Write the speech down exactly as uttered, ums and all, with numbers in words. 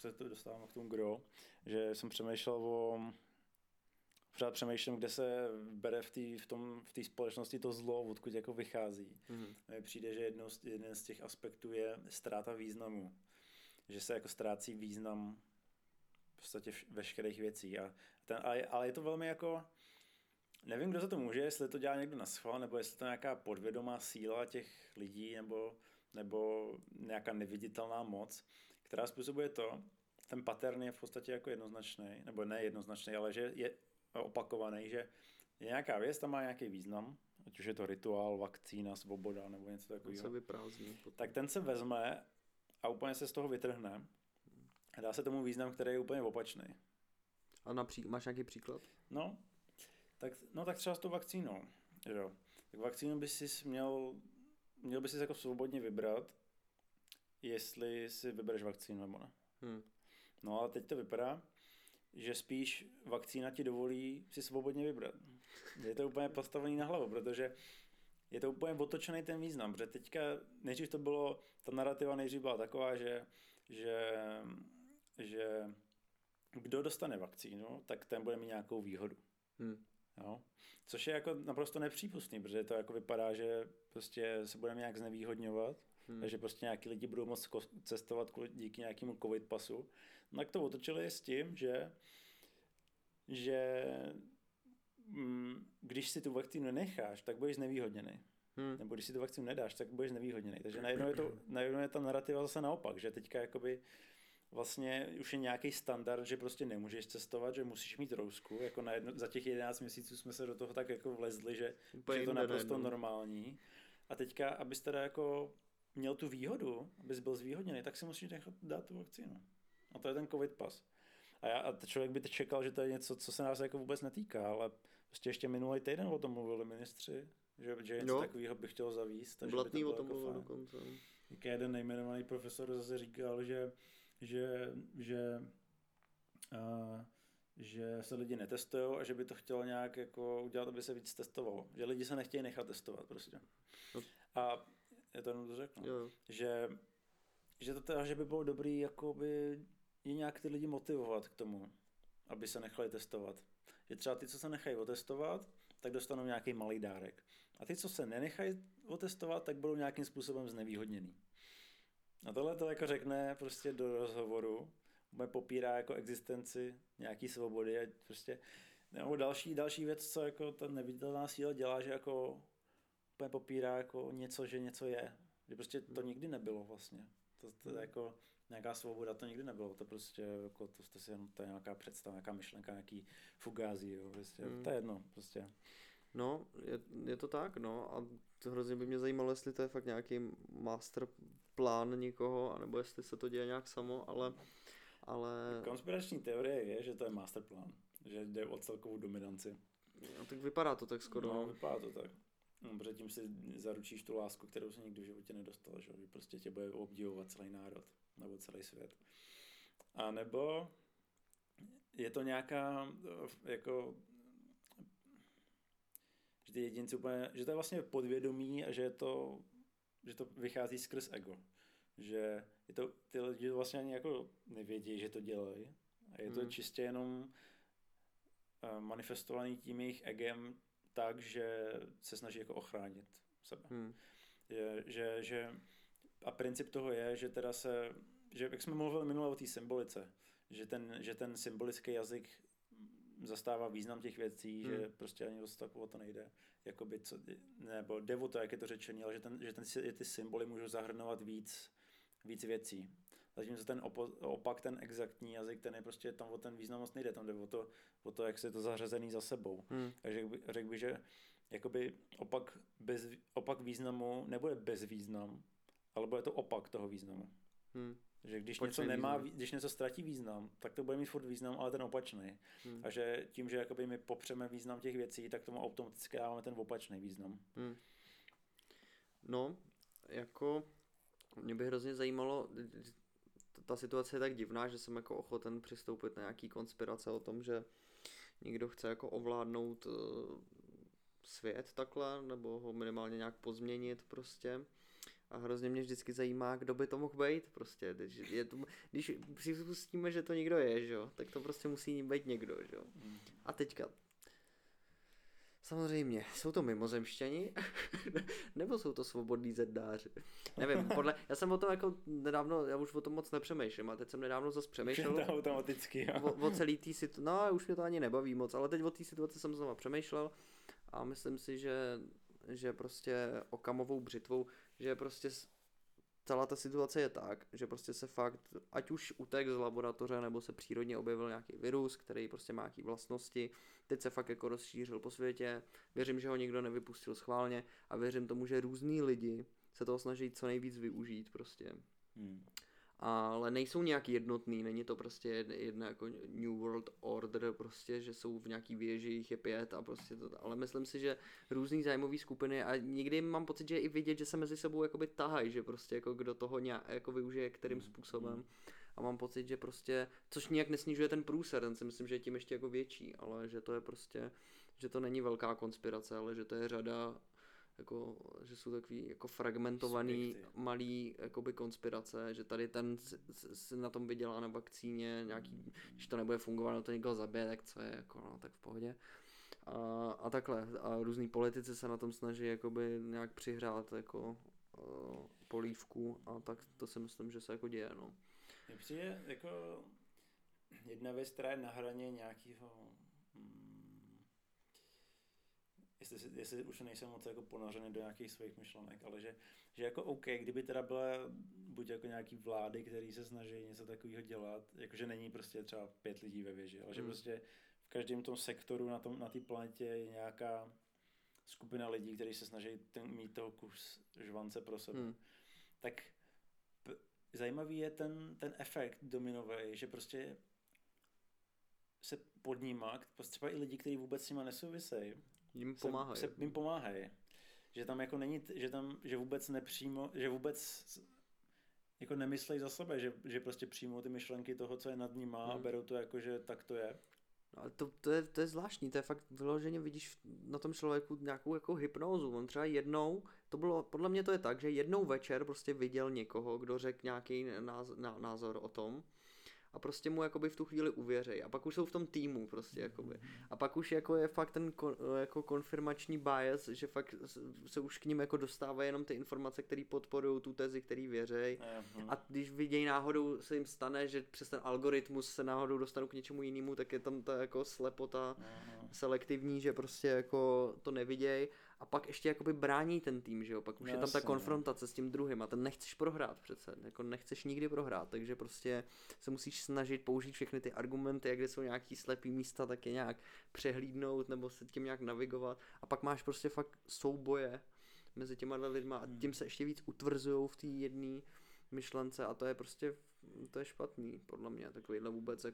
se to dostávám k tomu gro, že jsem přemýšlel o... Pořád přemýšlím, kde se bere v té v tom, v té společnosti to zlo, odkud jako vychází. Mm-hmm. Přijde, že jedno, jeden z těch aspektů je ztráta významu. Že se jako ztrácí význam v podstatě veškerých věcí. A ten, ale, ale je to velmi jako... Nevím, kdo za to může, jestli to dělá někdo na schvál, nebo jestli to nějaká podvědomá síla těch lidí, nebo, nebo nějaká neviditelná moc, která způsobuje to, ten pattern je v podstatě jako jednoznačný, nebo ne jednoznačný, ale že je opakovaný, že je nějaká věc, tam má nějaký význam, ať už je to rituál, vakcína, svoboda, nebo něco takového. Se vyprázdní. Tak ten se vezme a úplně se z toho vytrhne. Dá se tomu význam, který je úplně opačný. A napří- máš nějaký příklad? No, tak, no tak třeba s tou vakcínou. Jo. Tak vakcínu by si měl, měl by si jako svobodně vybrat, jestli si vybereš vakcínu nebo ne. Hmm. No a teď to vypadá, že spíš vakcína ti dovolí si svobodně vybrat. Je to úplně postavený na hlavu, protože je to úplně otočený ten význam, protože teďka, nejdřív to bylo, ta narrativa nejdřív byla taková, že, že, že kdo dostane vakcínu, tak ten bude mít nějakou výhodu. Hmm. Jo? Což je jako naprosto nepřípustný, protože to jako vypadá, že prostě se budeme nějak znevýhodňovat, hmm. takže prostě nějaký lidi budou moct cestovat díky nějakému covid pasu. No tak to otočili s tím, že, že mm, když si tu vakcínu necháš, tak budeš znevýhodněný. Hmm. Nebo když si tu vakcínu nedáš, tak budeš znevýhodněný. Takže najednou je, to, najednou je ta narrativa zase naopak, že teďka jakoby vlastně už je nějaký standard, že prostě nemůžeš cestovat, že musíš mít roušku. Jako na jedno, za těch jedenáct měsíců jsme se do toho tak jako vlezli, že, že je to naprosto normální. A teďka, abys teda jako měl tu výhodu, abys byl zvýhodněný, tak si musíš nechat dát tu vakcínu. A to je ten covid pas. A, já, a člověk by čekal, že to je něco, co se nás jako vůbec netýká, ale prostě ještě minulý týden o tom mluvili ministři, že, že něco takového bych chtěl zavíst. Blatný to o tom mluvil dokonce. Jak jeden nejmenovaný profesor zase říkal, že že, že, uh, že se lidi netestují a že by to chtělo nějak jako udělat, aby se víc testovalo. Že lidi se nechtějí nechat testovat prostě. No. A já to jenom to řeknu. Jo. Že, že to teda, že by bylo dobrý jakoby je nějak ty lidi motivovat k tomu, aby se nechali testovat. Že třeba ty, co se nechají otestovat, tak dostanou nějaký malý dárek. A ty, co se nenechají otestovat, tak budou nějakým způsobem znevýhodněný. A tohle to jako řekne prostě do rozhovoru, úplně popírá jako existenci nějaký svobody a prostě, nebo další, další věc, co jako ta neviditelná síla dělá, že jako úplně popírá jako něco, že něco je. Že prostě to nikdy nebylo vlastně. To, to jako nějaká svoboda to nikdy nebylo. To prostě jako to, to, to, to je nějaká představa, nějaká myšlenka, nějaký fugazi, jo. Prostě, hmm. To je jedno prostě. No, je, je to tak, no a to hrozně by mě zajímalo, jestli to je fakt nějaký master plán někoho, anebo jestli se to děje nějak samo, ale... ale... Konspirační teorie je, že to je master plán, že jde o celkovou dominanci. No, tak vypadá to tak skoro. No, vypadá to tak. No, protože tím si zaručíš tu lásku, kterou se nikdy v životě nedostal, že prostě tě bude obdivovat celý národ, nebo celý svět. A nebo je to nějaká jako... že ty jedinci úplně, že to je vlastně podvědomí a že je to, že to vychází skrz ego. Že je to, ty lidi vlastně ani jako nevědí, že to dělají. A je to hmm. čistě jenom manifestovaný tím jejich egem tak, že se snaží jako ochránit sebe. Hmm. Je, že, že, a princip toho je, že teda se, že jak jsme mluvili minule o té symbolice, že ten, že ten symbolický jazyk zastává význam těch věcí, hmm. že prostě ani dost o to nejde. Jakoby co, nebo jde o to, jak je to řečený, ale že, ten, že ten, ty symboly můžou zahrnovat víc, víc věcí. Zatímco ten opo, opak, ten exaktní jazyk, ten je prostě, tam o ten významnost nejde, tam jde o to, o to jak se je to zařazený za sebou. Hmm. Takže řekl, by, řekl bych, že jakoby opak, bez, opak významu nebude bez význam, ale bude to opak toho významu. Hmm. Že když Počkej něco nemá, význam. Když něco ztratí význam, tak to bude mít furt význam, ale ten opačný. Hmm. A že tím, že jakoby my popřeme význam těch věcí, tak tomu automaticky dáváme ten opačný význam. Hmm. No, jako mě by hrozně zajímalo, ta situace je tak divná, že jsem jako ochoten přistoupit na nějaký konspirace o tom, že někdo chce jako ovládnout svět takhle, nebo ho minimálně nějak pozměnit prostě. A hrozně mě vždycky zajímá, kdo by to mohl být prostě. Když, je to, když připustíme, že to někdo je, že jo, tak to prostě musí být někdo, že jo. A teďka, samozřejmě, jsou to mimozemšťani, nebo jsou to svobodní zednáři? Nevím, podle, já jsem o tom jako nedávno, já už o tom moc nepřemýšlím a teď jsem nedávno zase přemýšlel. Automaticky, jo. O, o celý té situaci, no už mě to ani nebaví moc, ale teď o té situaci jsem znova přemýšlel a myslím si, že, že prostě Okamovou břitvou, že prostě celá ta situace je tak, že prostě se fakt, ať už utek z laboratoře, nebo se přírodně objevil nějaký virus, který prostě má nějaký vlastnosti, teď se fakt jako rozšířil po světě, věřím, že ho nikdo nevypustil schválně a věřím tomu, že různý lidi se toho snaží co nejvíc využít prostě. Hmm. Ale nejsou nějak jednotný, není to prostě jedna jako New World Order, prostě, že jsou v nějaký věži, jich je pět a prostě to, ale myslím si, že různý zájmový skupiny a někdy mám pocit, že je i vidět, že se mezi sebou jakoby tahají, že prostě jako kdo toho nějak jako využije kterým způsobem a mám pocit, že prostě, což nijak nesnižuje ten průser, ten si myslím, že je tím ještě jako větší, ale že to je prostě, že to není velká konspirace, ale že to je řada jako, že jsou takový jako fragmentovaný subjekty. Malý jakoby konspirace, že tady ten si na tom vydělá na vakcíně, nějaký, když to nebude fungovat, no to někoho zabije, tak co je, jako no, tak v pohodě. A, a takhle, a různý politici se na tom snaží jakoby nějak přihrát jako uh, polívku a tak to si myslím, že se jako děje, no. Mně přijde jako jedna věc, která je na hraně nějakého Jestli, jestli už nejsem moc jako ponořený do nějakých svých myšlenek, ale že, že jako OK, kdyby teda byla buď jako nějaký vlády, který se snaží něco takového dělat, jakože není prostě třeba pět lidí ve věži, ale že mm. prostě v každém tom sektoru na tom na té planetě je nějaká skupina lidí, kteří se snaží ten, mít toho kus žvance pro sebe. Mm. Tak p- zajímavý je ten, ten efekt dominový, že prostě se pod nima, třeba i lidi, kteří vůbec s nima nesouvisejí, jim pomáhají. Se, se jim pomáhají. Že tam jako není, že tam, že vůbec nepřímo, že vůbec jako nemyslejí za sebe, že, že prostě přijmou ty myšlenky toho, co je nad nima hmm. a berou to jako, že tak to je. No, to, to, je, to je zvláštní, to je fakt vyloženě vidíš na tom člověku nějakou jako hypnózu. On třeba jednou, to bylo, podle mě to je tak, že jednou večer prostě viděl někoho, kdo řekl nějaký názor o tom, a prostě mu jakoby v tu chvíli uvěřej a pak už jsou v tom týmu prostě jakoby. A pak už jako je fakt ten kon, jako konfirmační bias, že fakt se už k ním jako dostávají jenom ty informace, které podporují tu tezi, který věřej. Uh-huh. A když vidějí náhodou se jim stane, že přes ten algoritmus se náhodou dostanou k něčemu jinému, tak je tam ta jako slepota uh-huh. selektivní, že prostě jako to nevidějí. A pak ještě jakoby brání ten tým, že jo, pak už no, je tam ta konfrontace s tím druhým a ten nechceš prohrát přece, jako nechceš nikdy prohrát, takže prostě se musíš snažit použít všechny ty argumenty, jak kde jsou nějaký slepý místa, tak je nějak přehlídnout nebo se tím nějak navigovat a pak máš prostě fakt souboje mezi těma lidma a tím se ještě víc utvrzujou v té jedné myšlence a to je prostě, to je špatný, podle mě, takovýhle vůbec